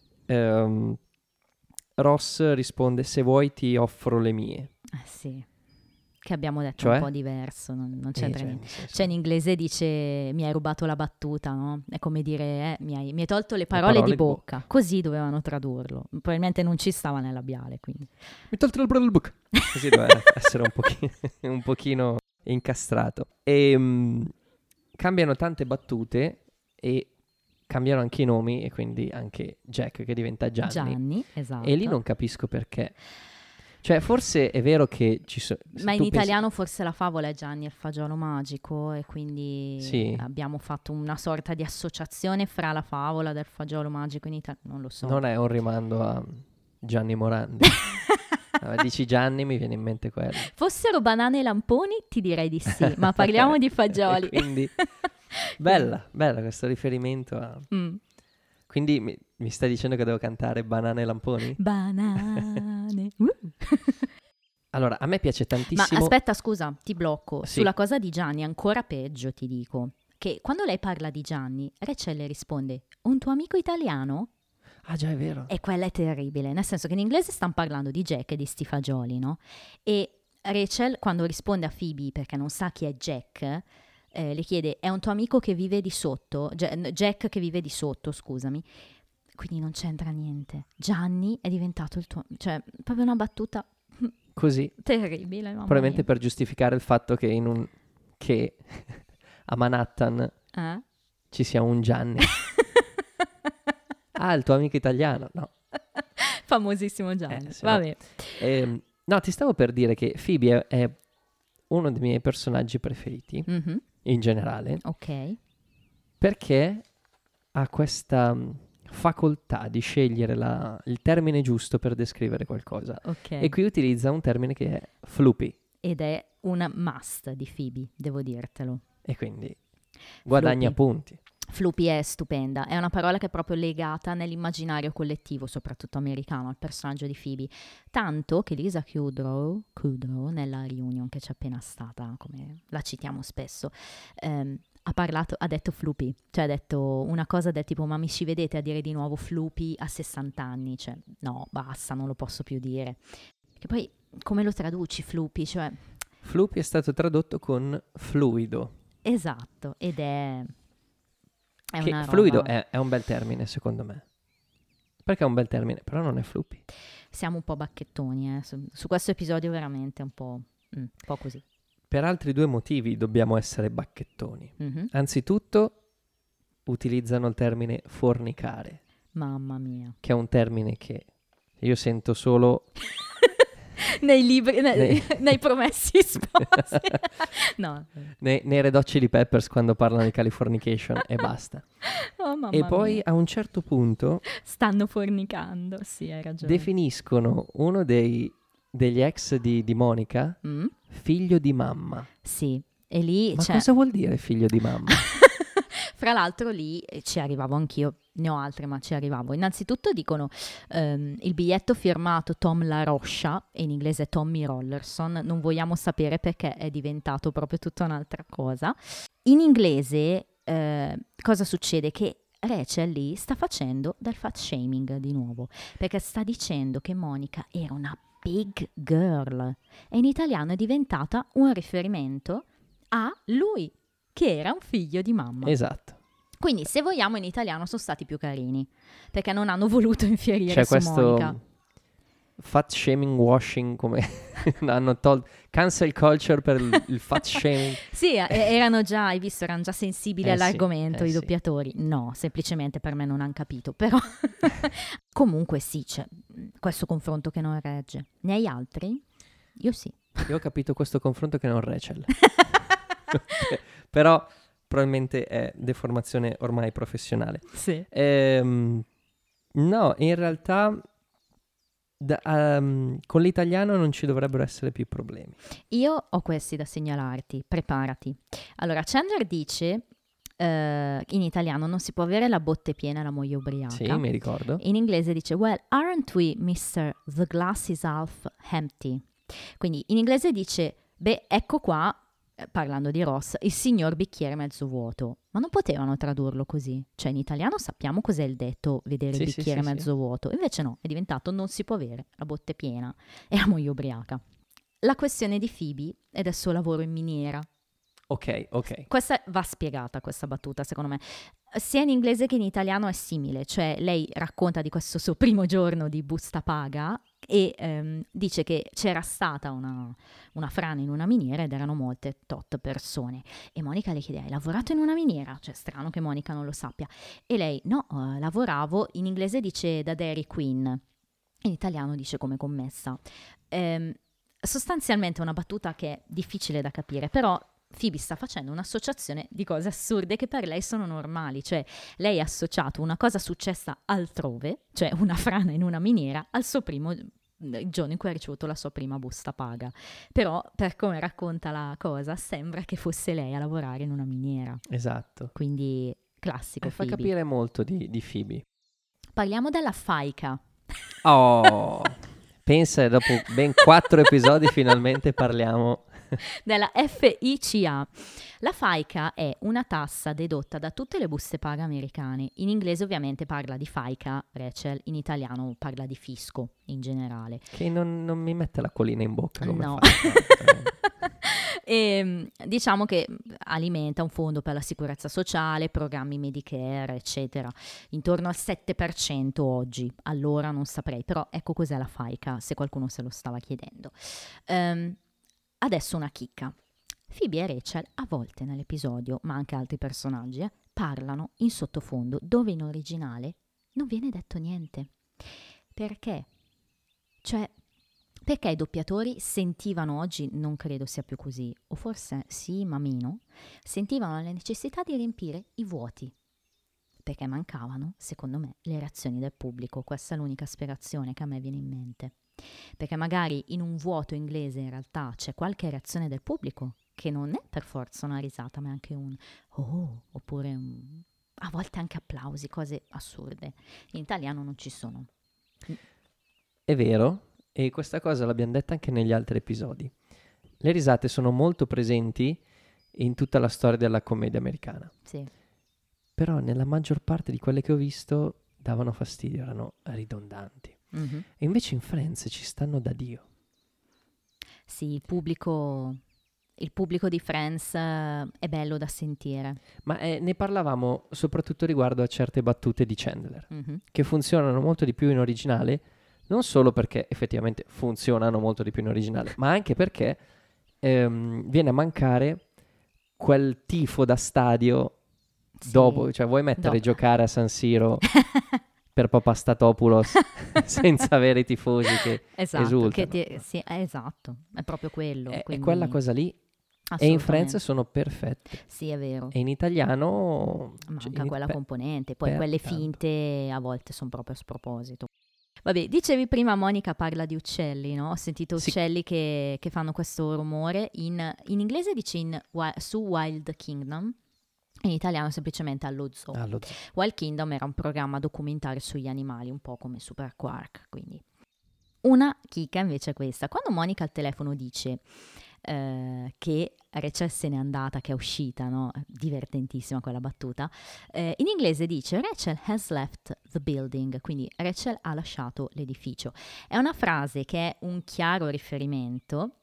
S3: Ross risponde, se vuoi ti offro le mie.
S2: Sì, che abbiamo detto
S3: Cioè?
S2: un po' diverso, non c'entra
S3: Cioè,
S2: niente.
S3: nel senso-
S2: Cioè in inglese dice mi hai rubato la battuta, no? È come dire mi hai tolto le parole,
S3: parole
S2: di
S3: di
S2: bocca. Così dovevano tradurlo. Probabilmente non ci stava nel labiale, quindi.
S3: Mi tolto il del book. Così doveva essere un pochino incastrato. E cambiano tante battute e cambiano anche i nomi e quindi anche Jack che diventa Gianni.
S2: Esatto.
S3: E lì non capisco perché. Cioè, forse è vero che ci sono...
S2: Ma in italiano forse la favola è Gianni e il fagiolo magico e quindi
S3: Sì.
S2: abbiamo fatto una sorta di associazione fra la favola del fagiolo magico in italiano, non lo so.
S3: Non è un rimando a Gianni Morandi. Dici Gianni, mi viene in mente quello.
S2: Fossero banane e lamponi ti direi di sì, ma parliamo di fagioli.
S3: E quindi, bella questo riferimento a...
S2: Mm.
S3: Quindi mi stai dicendo che devo cantare Banane e Lamponi?
S2: Banane.
S3: Allora, a me piace
S2: Ma
S3: tantissimo...
S2: aspetta, scusa, ti blocco.
S3: Sì.
S2: Sulla cosa di Gianni, ancora peggio ti dico. Che quando lei parla di Gianni, Rachel le risponde, un tuo amico italiano?
S3: Ah, già, è vero.
S2: E quella è terribile, nel senso che in inglese stanno parlando di Jack e di sti fagioli, no? E Rachel, quando risponde a Phoebe, perché non sa chi è Jack, le chiede, è un tuo amico che vive di sotto? Jack che vive di sotto, scusami. Quindi non c'entra niente. Gianni è diventato il tuo... Cioè, proprio una battuta
S3: Così,
S2: terribile, mamma
S3: probabilmente
S2: mia.
S3: per giustificare il fatto che che a Manhattan ci sia un Gianni. Ah, il tuo amico italiano? No.
S2: Famosissimo Gianni.
S3: Se no-
S2: Vabbè.
S3: No, ti stavo per dire che Phoebe è uno dei miei personaggi preferiti,
S2: Mhm,
S3: in generale,
S2: ok.
S3: perché ha questa facoltà di scegliere il termine giusto per descrivere qualcosa.
S2: Ok.
S3: E qui utilizza un termine che è floopy,
S2: Ed è un must di Phoebe, devo dirtelo.
S3: e quindi guadagna
S2: Floopy.
S3: punti.
S2: Floopy è stupenda, è una parola che è proprio legata nell'immaginario collettivo, soprattutto americano, al personaggio di Phoebe. Tanto che Lisa Kudrow nella reunion che c'è appena stata, come la citiamo spesso, ha detto Floopy, cioè ha detto una cosa del tipo ma mi ci vedete a dire di nuovo Floopy a 60 anni? Cioè no, basta, non lo posso più dire. Che poi come lo traduci Floopy? Cioè,
S3: Floopy è stato tradotto con fluido.
S2: esatto, ed è
S3: Che
S2: una roba...
S3: fluido è un bel termine, secondo me. Perché è un bel termine, però non è floopy.
S2: Siamo un po' bacchettoni, su questo episodio veramente un po' così.
S3: Per altri due motivi dobbiamo essere bacchettoni.
S2: Mhm.
S3: Anzitutto, utilizzano il termine fornicare,
S2: Mamma mia.
S3: che è un termine che io sento solo
S2: Nei libri,
S3: Nei-
S2: nei promessi sposi. No.
S3: nei Red Hot Chili Peppers quando parlano di Californication e basta.
S2: Oh, mamma
S3: E poi
S2: mia.
S3: a un certo punto
S2: Stanno fornicando, sì, hai ragione.
S3: definiscono uno degli ex di Monica
S2: Mm?
S3: figlio di mamma.
S2: Sì, e lì
S3: Ma
S2: c'è...
S3: cosa vuol dire figlio di mamma?
S2: Fra l'altro lì ci arrivavo anch'io, ne ho altre ma ci arrivavo. Innanzitutto dicono il biglietto firmato Tom La Rocha, e in inglese Tommy Rollerson, non vogliamo sapere perché è diventato proprio tutta un'altra cosa. In inglese cosa succede? Che Rachel lì sta facendo del fat shaming di nuovo, perché sta dicendo che Monica era una big girl e in italiano è diventata un riferimento a lui, che era un figlio di mamma.
S3: Esatto.
S2: Quindi, se vogliamo, in italiano sono stati più carini, perché non hanno voluto infierire
S3: C'è
S2: su
S3: questo
S2: Monica.
S3: fat shaming washing, come hanno tolto cancel culture per il fat shaming.
S2: Sì, erano già, hai visto, erano già sensibili
S3: Eh sì,
S2: all'argomento i
S3: sì.
S2: doppiatori. No, semplicemente per me non hanno capito, però comunque sì, c'è questo confronto che non regge. Ne hai altri? Io sì.
S3: Io ho capito questo confronto che non Rachel. Però probabilmente è deformazione ormai professionale.
S2: Sì.
S3: No, in realtà con l'italiano non ci dovrebbero essere più problemi.
S2: Io ho questi da segnalarti, preparati. Allora, Chandler dice, in italiano, non si può avere la botte piena e la moglie ubriaca.
S3: Sì, mi ricordo.
S2: In inglese dice, well, aren't we, Mr. The glass is half empty? Quindi in inglese dice, beh, ecco qua, parlando di Ross, il signor bicchiere mezzo vuoto. Ma non potevano tradurlo così? Cioè in italiano sappiamo cos'è il detto vedere
S3: Sì,
S2: il
S3: sì,
S2: bicchiere
S3: sì,
S2: mezzo vuoto. Invece no, è diventato non si può avere la botte piena e la moglie ubriaca. La questione di Phoebe è del suo lavoro in miniera.
S3: Ok.
S2: Questa va spiegata, questa battuta, secondo me. Sia in inglese che in italiano è simile, cioè lei racconta di questo suo primo giorno di busta paga e dice che c'era stata una frana in una miniera ed erano molte tot persone. E Monica le chiede, hai lavorato in una miniera? Cioè, strano che Monica non lo sappia. E lei, no, lavoravo, in inglese dice da Dairy Queen, in italiano dice come commessa. Sostanzialmente è una battuta che è difficile da capire, però Phoebe sta facendo un'associazione di cose assurde che per lei sono normali, cioè lei ha associato una cosa successa altrove, cioè una frana in una miniera, al suo primo giorno in cui ha ricevuto la sua prima busta paga. Però per come racconta la cosa sembra che fosse lei a lavorare in una miniera,
S3: Esatto.
S2: quindi classico
S3: Fa
S2: Phoebe.
S3: capire molto di Phoebe.
S2: Parliamo della FAICA.
S3: Oh, pensa, dopo ben 4 episodi finalmente parliamo.
S2: Della FICA. La FICA è una tassa dedotta da tutte le buste paga americane. In inglese ovviamente parla di FICA, Rachel, in italiano parla di fisco in generale.
S3: Che non mi mette la collina in bocca come
S2: No.
S3: fa.
S2: E diciamo che alimenta un fondo per la sicurezza sociale, programmi Medicare, eccetera, intorno al 7% oggi. Allora non saprei, però ecco cos'è la FICA, se qualcuno se lo stava chiedendo. Adesso una chicca. Phoebe e Rachel a volte nell'episodio, ma anche altri personaggi, parlano in sottofondo dove in originale non viene detto niente. Perché? Cioè, perché i doppiatori sentivano, oggi non credo sia più così, o forse sì, ma meno, sentivano la necessità di riempire i vuoti. Perché mancavano, secondo me, le reazioni del pubblico. Questa è l'unica spiegazione che a me viene in mente. Perché magari in un vuoto inglese in realtà c'è qualche reazione del pubblico che non è per forza una risata, ma è anche un oh, oppure a volte anche applausi, cose assurde. In italiano non ci sono.
S3: È vero, e questa cosa l'abbiamo detta anche negli altri episodi. Le risate sono molto presenti in tutta la storia della commedia americana.
S2: Sì.
S3: Però nella maggior parte di quelle che ho visto davano fastidio, erano ridondanti.
S2: Mm-hmm.
S3: E invece in Friends ci stanno da Dio.
S2: Sì, il pubblico di Friends è bello da sentire.
S3: Ma ne parlavamo soprattutto riguardo a certe battute di Chandler,
S2: Mm-hmm.
S3: che funzionano molto di più in originale, non solo perché effettivamente funzionano molto di più in originale, ma anche perché viene a mancare quel tifo da stadio
S2: Sì.
S3: dopo, cioè vuoi mettere
S2: Dopo.
S3: giocare a San Siro per Papastatopoulos senza avere i tifosi che
S2: Esatto,
S3: esultano.
S2: sì, esatto, è proprio quello.
S3: È
S2: Quindi,
S3: quella cosa lì. E in
S2: assolutamente.
S3: Friends sono perfette.
S2: Sì, è vero.
S3: E in italiano...
S2: Manca quella componente, poi
S3: per
S2: quelle
S3: tanto.
S2: finte a volte sono proprio a sproposito. Vabbè, dicevi prima Monica parla di uccelli, no? Ho sentito
S3: Sì.
S2: uccelli che fanno questo rumore, in inglese dice su Wild Kingdom, in italiano semplicemente allo zoo.
S3: Allo
S2: Wild Kingdom era un programma documentario sugli animali, un po' come Super Quark, quindi. Una chicca invece è questa, quando Monica al telefono dice che Rachel se n'è andata, che è uscita, no? Divertentissima quella battuta, in inglese dice Rachel has left the building, quindi Rachel ha lasciato l'edificio. È una frase che è un chiaro riferimento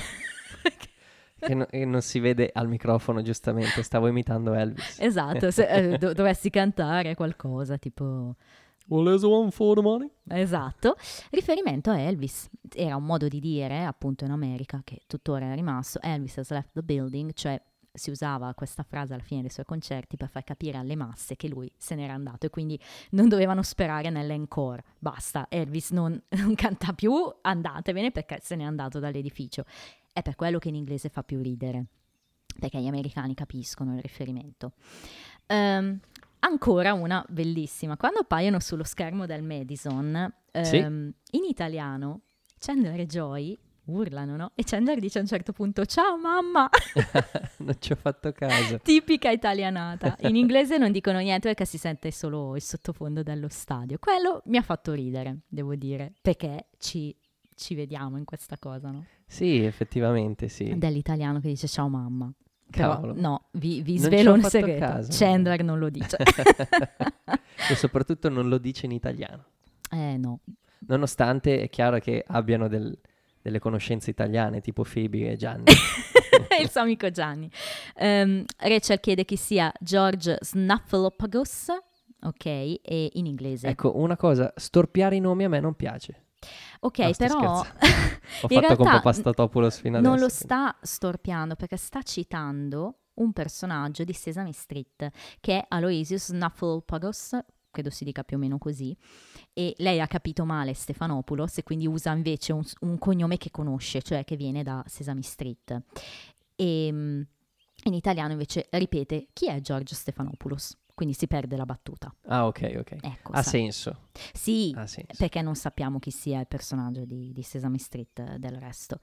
S3: E non si vede al microfono, giustamente, stavo imitando Elvis.
S2: esatto, se dovessi cantare qualcosa tipo
S3: Well, one for the money.
S2: esatto, riferimento a Elvis. Era un modo di dire, appunto in America, che tuttora è rimasto, Elvis has left the building, cioè si usava questa frase alla fine dei suoi concerti per far capire alle masse che lui se n'era andato e quindi non dovevano sperare nell'encore. Basta, Elvis non canta più, andatevene perché se n'è andato dall'edificio. È per quello che in inglese fa più ridere, perché gli americani capiscono il riferimento. Ancora una bellissima. Quando appaiono sullo schermo del Madison,
S3: Sì.
S2: in italiano Chandler e Joy urlano, no? E Chandler dice a un certo punto ciao mamma,
S3: Non ci ho fatto caso.
S2: tipica italianata. In inglese non dicono niente perché si sente solo il sottofondo dello stadio. Quello mi ha fatto ridere, devo dire, perché ci vediamo in questa cosa, no?
S3: Sì, effettivamente sì.
S2: Dell'italiano che dice ciao mamma. Però
S3: Cavolo.
S2: no, vi
S3: Non ci
S2: svelo
S3: ho
S2: un
S3: fatto
S2: segreto.
S3: caso.
S2: Chandler non lo dice.
S3: E soprattutto non lo dice in italiano.
S2: No.
S3: Nonostante è chiaro che abbiano delle conoscenze italiane, tipo Phoebe e Gianni.
S2: Il suo amico Gianni. Rachel chiede chi sia George Snuffleupagus, ok, e in inglese.
S3: Ecco, una cosa, storpiare i nomi a me non piace.
S2: Ok,
S3: No, sto
S2: però
S3: scherzando. Ho
S2: in
S3: fatto con
S2: realtà
S3: Papastatopoulos fino
S2: non
S3: adesso.
S2: lo sta storpiando perché sta citando un personaggio di Sesame Street che è Aloysius Snuffleupagus, credo si dica più o meno così, e lei ha capito male Stephanopoulos e quindi usa invece un cognome che conosce, cioè che viene da Sesame Street. E in italiano invece ripete chi è George Stephanopoulos, quindi si perde la battuta.
S3: Ah, ok.
S2: Ecco,
S3: Ha
S2: sai.
S3: senso.
S2: Sì,
S3: Ha senso.
S2: perché non sappiamo chi sia il personaggio di Sesame Street del resto.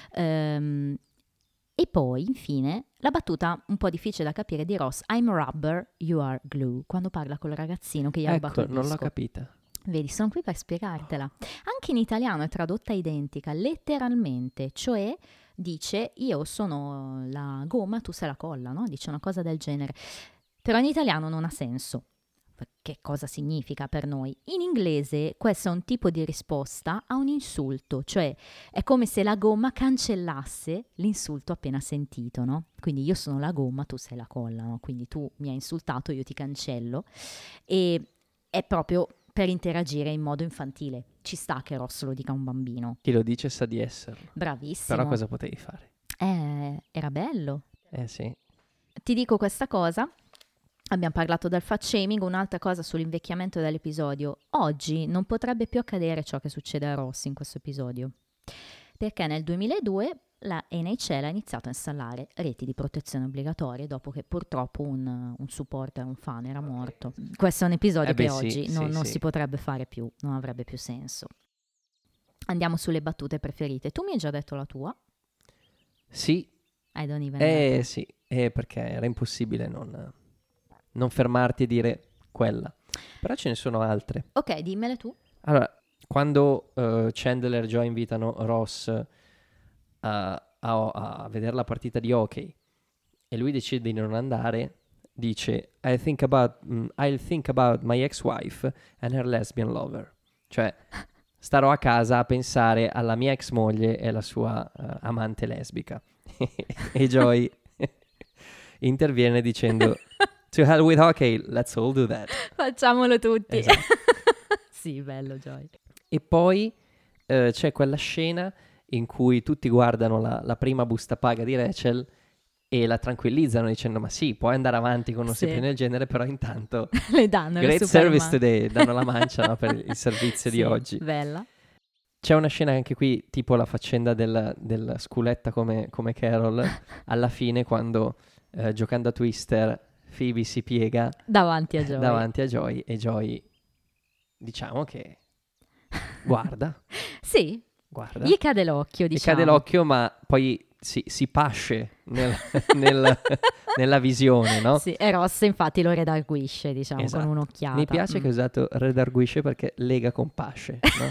S2: E poi, infine, la battuta un po' difficile da capire di Ross, I'm rubber, you are glue, quando parla col ragazzino che gli ha rubato
S3: Ecco,
S2: il
S3: non l'ho
S2: disco.
S3: capita.
S2: Vedi, sono qui per spiegartela. Anche in italiano è tradotta identica, letteralmente, cioè dice io sono la gomma, tu sei la colla, no? Dice una cosa del genere. Però in italiano non ha senso. Che cosa significa per noi? In inglese questo è un tipo di risposta a un insulto, cioè è come se la gomma cancellasse l'insulto appena sentito, no? Quindi io sono la gomma, tu sei la colla, no? Quindi tu mi hai insultato, io ti cancello. E è proprio per interagire in modo infantile. Ci sta che Ross lo dica a un bambino.
S3: Chi lo dice sa di esserlo.
S2: Bravissimo.
S3: Però cosa potevi fare?
S2: Era bello.
S3: Sì.
S2: Ti dico questa cosa. Abbiamo parlato del fat shaming, un'altra cosa sull'invecchiamento dell'episodio. Oggi non potrebbe più accadere ciò che succede a Ross in questo episodio, perché nel 2002 la NHL ha iniziato a installare reti di protezione obbligatorie dopo che purtroppo un supporter, un fan era morto. Questo è un episodio che oggi non si potrebbe fare più, non avrebbe più senso. Andiamo sulle battute preferite. Tu mi hai già detto la tua?
S3: Sì.
S2: I don't even know.
S3: Sì, perché era impossibile non fermarti e dire quella. Però ce ne sono altre.
S2: Ok, dimmele tu.
S3: Allora, quando Chandler e Joy invitano Ross a vedere la partita di hockey e lui decide di non andare, dice I'll think about my ex-wife and her lesbian lover. Cioè, starò a casa a pensare alla mia ex moglie e alla sua amante lesbica. E Joy interviene dicendo To hell with hockey, let's all do that.
S2: Facciamolo tutti.
S3: Esatto.
S2: Sì, bello Joy.
S3: E poi c'è quella scena in cui tutti guardano la prima busta paga di Rachel e la tranquillizzano dicendo ma sì, puoi andare avanti con un
S2: Sì.
S3: stipendo del genere, però intanto
S2: Le danno
S3: great
S2: le
S3: service
S2: Superman.
S3: today, danno la mancia, no, per il servizio di
S2: Sì,
S3: oggi.
S2: bella.
S3: C'è una scena anche qui, tipo la faccenda della sculetta come Carol, alla fine quando giocando a Twister Phoebe si piega
S2: Davanti a Joy.
S3: davanti a Joy e Joy diciamo che guarda,
S2: Sì,
S3: guarda,
S2: gli cade l'occhio,
S3: e
S2: diciamo.
S3: cade l'occhio ma poi si pasce nella visione, no?
S2: Sì, e Ross infatti lo redarguisce, diciamo,
S3: Esatto.
S2: con un'occhiata.
S3: Mi piace che ho usato redarguisce perché lega con pasce, no?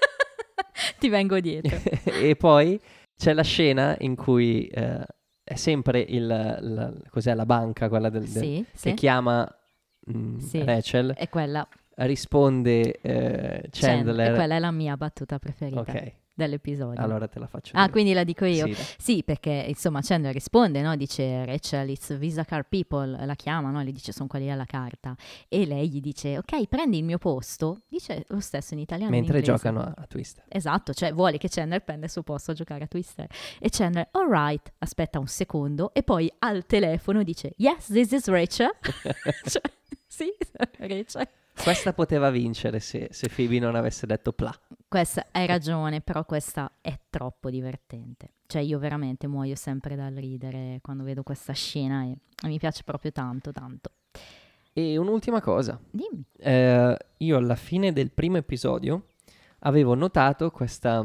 S2: Ti vengo dietro.
S3: E poi c'è la scena in cui è sempre cos'è, la banca, quella
S2: Sì,
S3: che
S2: sì.
S3: chiama
S2: Sì.
S3: Rachel,
S2: E quella
S3: risponde
S2: E
S3: Chandler.
S2: quella è la mia battuta preferita
S3: Ok,
S2: dell'episodio.
S3: allora te la faccio
S2: Ah,
S3: dire.
S2: quindi la dico io?
S3: Sì, dai.
S2: Sì, perché insomma Chandler risponde, no? Dice Rachel, it's Visa Card People, la chiama, no? Le dice sono quelli alla carta. E lei gli dice, ok, prendi il mio posto. Dice lo stesso in italiano e in
S3: Mentre
S2: inglese.
S3: giocano a Twister.
S2: Esatto, cioè vuole che Chandler prenda il suo posto a giocare a Twister. E Chandler, alright, aspetta un secondo e poi al telefono dice, yes, this is Rachel. Cioè, sì, Rachel.
S3: Questa poteva vincere se Phoebe non avesse detto pla.
S2: Questa, hai ragione, però questa è troppo divertente. Cioè io veramente muoio sempre dal ridere quando vedo questa scena e mi piace proprio tanto, tanto.
S3: E un'ultima cosa.
S2: Dimmi.
S3: Io alla fine del primo episodio avevo notato questa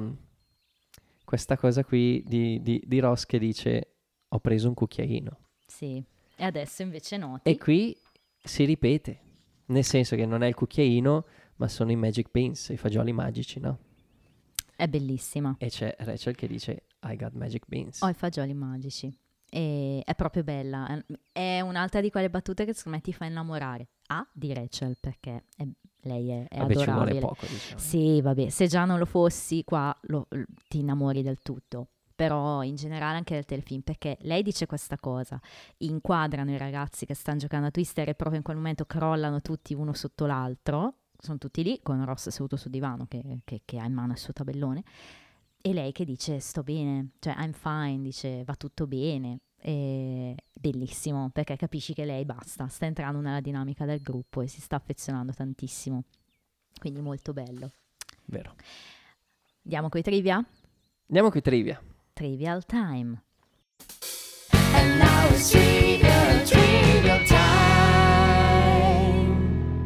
S3: cosa qui di Ross che dice ho preso un cucchiaino.
S2: Sì, e adesso invece noti.
S3: E qui si ripete, nel senso che non è il cucchiaino, ma sono i magic beans, i fagioli magici, no?
S2: È bellissima.
S3: E c'è Rachel che dice I got magic beans.
S2: Ho i fagioli magici. E è proprio bella. È un'altra di quelle battute che secondo me ti fa innamorare. Di Rachel, perché lei è
S3: Vabbè, ci vuole
S2: adorabile.
S3: poco, diciamo.
S2: Sì, vabbè, se già non lo fossi qua ti innamori del tutto. Però in generale anche del telefilm, perché lei dice questa cosa, inquadrano i ragazzi che stanno giocando a Twister e proprio in quel momento crollano tutti uno sotto l'altro, sono tutti lì con Ross seduto sul divano che ha in mano il suo tabellone, e lei che dice sto bene, cioè I'm fine, dice va tutto bene. E bellissimo, perché capisci che lei basta, sta entrando nella dinamica del gruppo e si sta affezionando tantissimo, quindi molto bello.
S3: Vero.
S2: Andiamo coi trivia?
S3: Andiamo qui trivia.
S2: Trivial time.
S1: And now it's trivial time.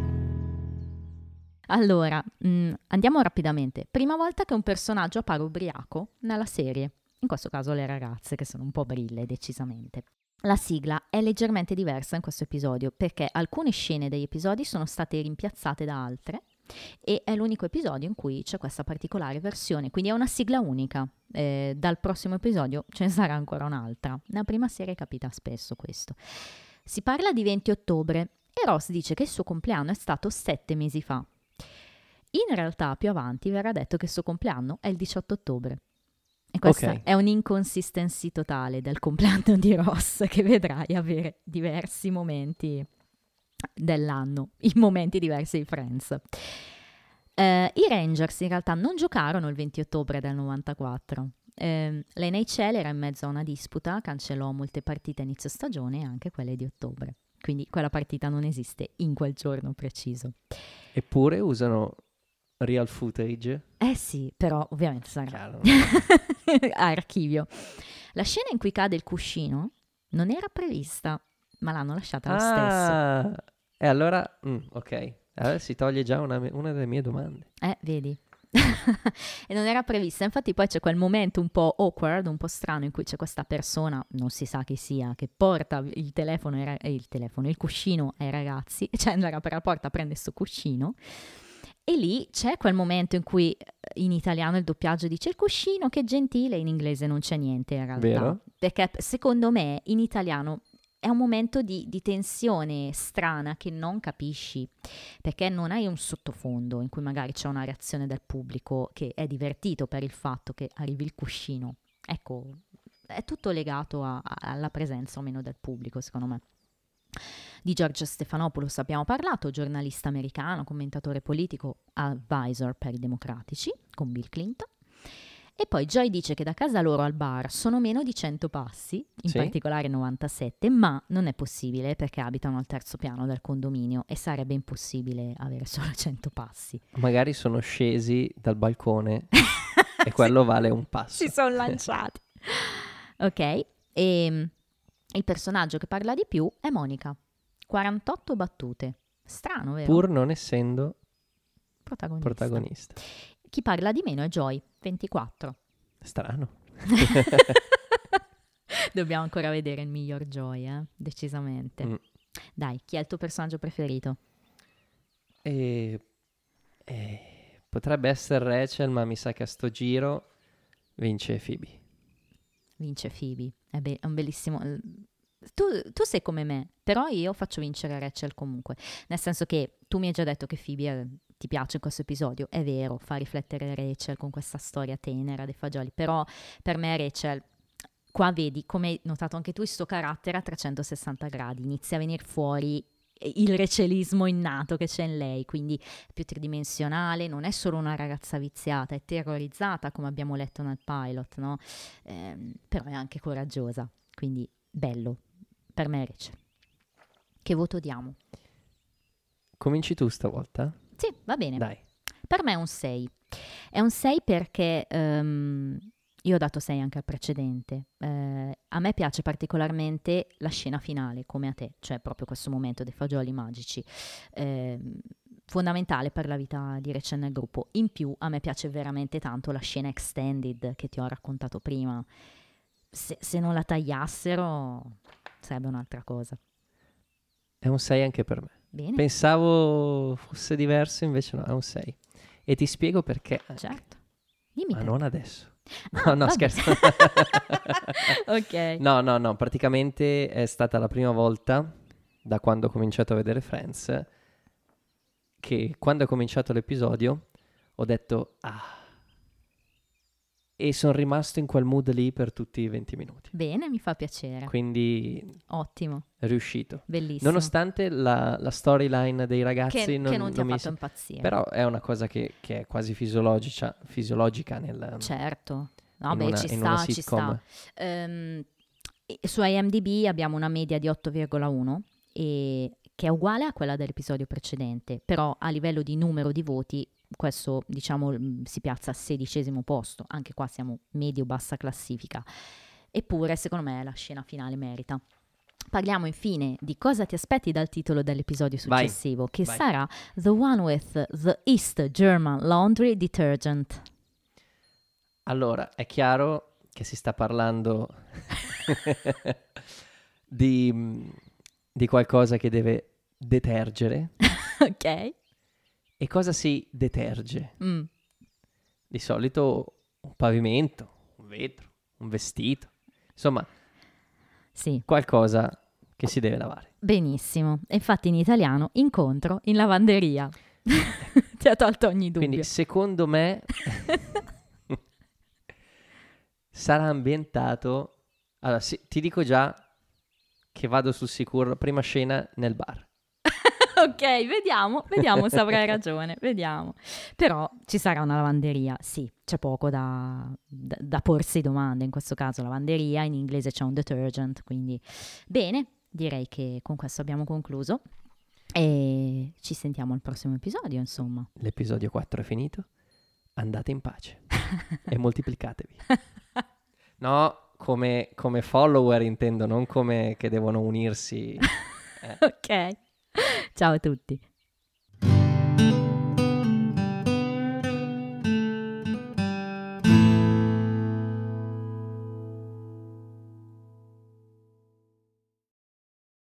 S2: Allora, andiamo rapidamente. Prima volta che un personaggio appare ubriaco nella serie. In questo caso le ragazze, che sono un po' brille, decisamente. La sigla è leggermente diversa in questo episodio, perché alcune scene degli episodi sono state rimpiazzate da altre e è l'unico episodio in cui c'è questa particolare versione, quindi è una sigla unica. Dal prossimo episodio ce ne sarà ancora un'altra. Nella prima serie capita spesso questo. Si parla di 20 ottobre e Ross dice che il suo compleanno è stato 7 mesi fa. In realtà più avanti verrà detto che il suo compleanno è il 18 ottobre. E questa
S3: Ok.
S2: è un'inconsistency totale del compleanno di Ross che vedrai avere diversi momenti dell'anno, in momenti diversi di Friends. I Rangers in realtà non giocarono il 20 ottobre del 94. L'NHL era in mezzo a una disputa, cancellò molte partite a inizio stagione e anche quelle di ottobre. Quindi quella partita non esiste in quel giorno preciso.
S3: Eppure usano real footage.
S2: Sì, però ovviamente sarà
S3: Chiaro.
S2: archivio. La scena in cui cade il cuscino non era prevista, ma l'hanno lasciata lo stesso.
S3: E allora, ok. Allora si toglie già una delle mie domande.
S2: Vedi? E non era prevista, infatti poi c'è quel momento un po' awkward, un po' strano in cui c'è questa persona, non si sa chi sia, che porta il cuscino ai ragazzi e Chandler apre la porta, prende questo cuscino e lì c'è quel momento in cui in italiano il doppiaggio dice il cuscino che gentile, in inglese non c'è niente in realtà.
S3: Vero?
S2: Perché secondo me in italiano è un momento di tensione strana che non capisci, perché non hai un sottofondo in cui magari c'è una reazione del pubblico che è divertito per il fatto che arrivi il cuscino. Ecco, è tutto legato alla presenza o meno del pubblico, secondo me. Di George Stephanopoulos abbiamo parlato, giornalista americano, commentatore politico, advisor per i democratici con Bill Clinton. E poi Joy dice che da casa loro al bar sono meno di 100 passi, in
S3: Sì.
S2: particolare 97, ma non è possibile perché abitano al terzo piano del condominio e sarebbe impossibile avere solo 100 passi.
S3: Magari sono scesi dal balcone e quello vale un passo.
S2: Si sono lanciati. Ok, e il personaggio che parla di più è Monica. 48 battute. Strano, vero?
S3: Pur non essendo
S2: protagonista.
S3: protagonista.
S2: Chi parla di meno è Joy, 24.
S3: Strano.
S2: Dobbiamo ancora vedere il miglior Joy, decisamente.
S3: Mm.
S2: Dai, chi è il tuo personaggio preferito?
S3: E potrebbe essere Rachel, ma mi sa che a sto giro vince Phoebe.
S2: Vince Phoebe. È un bellissimo... Tu sei come me, però io faccio vincere Rachel comunque. Nel senso che tu mi hai già detto che Phoebe ti piace in questo episodio. È vero, fa riflettere Rachel con questa storia tenera dei fagioli. Però per me Rachel... Qua vedi, come hai notato anche tu, il suo carattere a 360 gradi. Inizia a venire fuori il recelismo innato che c'è in lei, quindi più tridimensionale, non è solo una ragazza viziata, è terrorizzata come abbiamo letto nel pilot, no? Però è anche coraggiosa, quindi bello, per me Rachel. Che voto diamo?
S3: Cominci tu stavolta?
S2: Sì, va bene.
S3: Dai.
S2: Per me è un 6. È un 6 perché io ho dato 6 anche al precedente. A me piace particolarmente la scena finale, come a te, cioè proprio questo momento dei fagioli magici. Fondamentale per la vita di Rachel nel gruppo. In più, a me piace veramente tanto la scena extended che ti ho raccontato prima. Se non la tagliassero, sarebbe un'altra cosa.
S3: È un 6 anche per me.
S2: Bene,
S3: Pensavo fosse diverso, invece no, è un 6. E ti spiego perché. anche.
S2: certo. Dimmi
S3: Ma
S2: perché.
S3: non adesso.
S2: Ah,
S3: No,
S2: vabbè.
S3: scherzo.
S2: Ok.
S3: No, praticamente è stata la prima volta da quando ho cominciato a vedere Friends che quando è cominciato l'episodio ho detto e sono rimasto in quel mood lì per tutti i 20 minuti.
S2: Bene, mi fa piacere.
S3: Quindi
S2: Ottimo,
S3: è riuscito.
S2: bellissimo.
S3: Nonostante la storyline dei ragazzi
S2: che non ti ha
S3: mi
S2: fatto impazzire.
S3: Però è una cosa che è quasi fisiologica nel,
S2: Certo. No,
S3: in
S2: beh,
S3: una-
S2: ci
S3: in una
S2: sta, ci
S3: sitcom.
S2: sta. Su IMDb abbiamo una media di 8,1 che è uguale a quella dell'episodio precedente, però a livello di numero di voti questo diciamo si piazza al 16° posto, anche qua siamo medio-bassa classifica. Eppure secondo me la scena finale merita. Parliamo infine di cosa ti aspetti dal titolo dell'episodio
S3: Vai,
S2: successivo, che
S3: vai.
S2: sarà The One with the East German Laundry Detergent.
S3: Allora, è chiaro che si sta parlando di qualcosa che deve detergere.
S2: Ok?
S3: E cosa si deterge?
S2: Mm.
S3: Di solito un pavimento, un vetro, un vestito. Insomma,
S2: Sì,
S3: qualcosa che si deve lavare.
S2: benissimo. E infatti in italiano incontro in lavanderia. Ti ha tolto ogni dubbio.
S3: Quindi secondo me sarà ambientato... Allora, sì, ti dico già che vado sul sicuro, prima scena nel bar.
S2: Ok, vediamo se avrai ragione, vediamo. Però ci sarà una lavanderia, sì, c'è poco da porsi domande in questo caso. Lavanderia, in inglese c'è un detergent, quindi bene, direi che con questo abbiamo concluso e ci sentiamo al prossimo episodio, insomma.
S3: L'episodio 4 è finito. Andate in pace e moltiplicatevi. No, come follower intendo, non come che devono unirsi.
S2: Ok, ciao a tutti.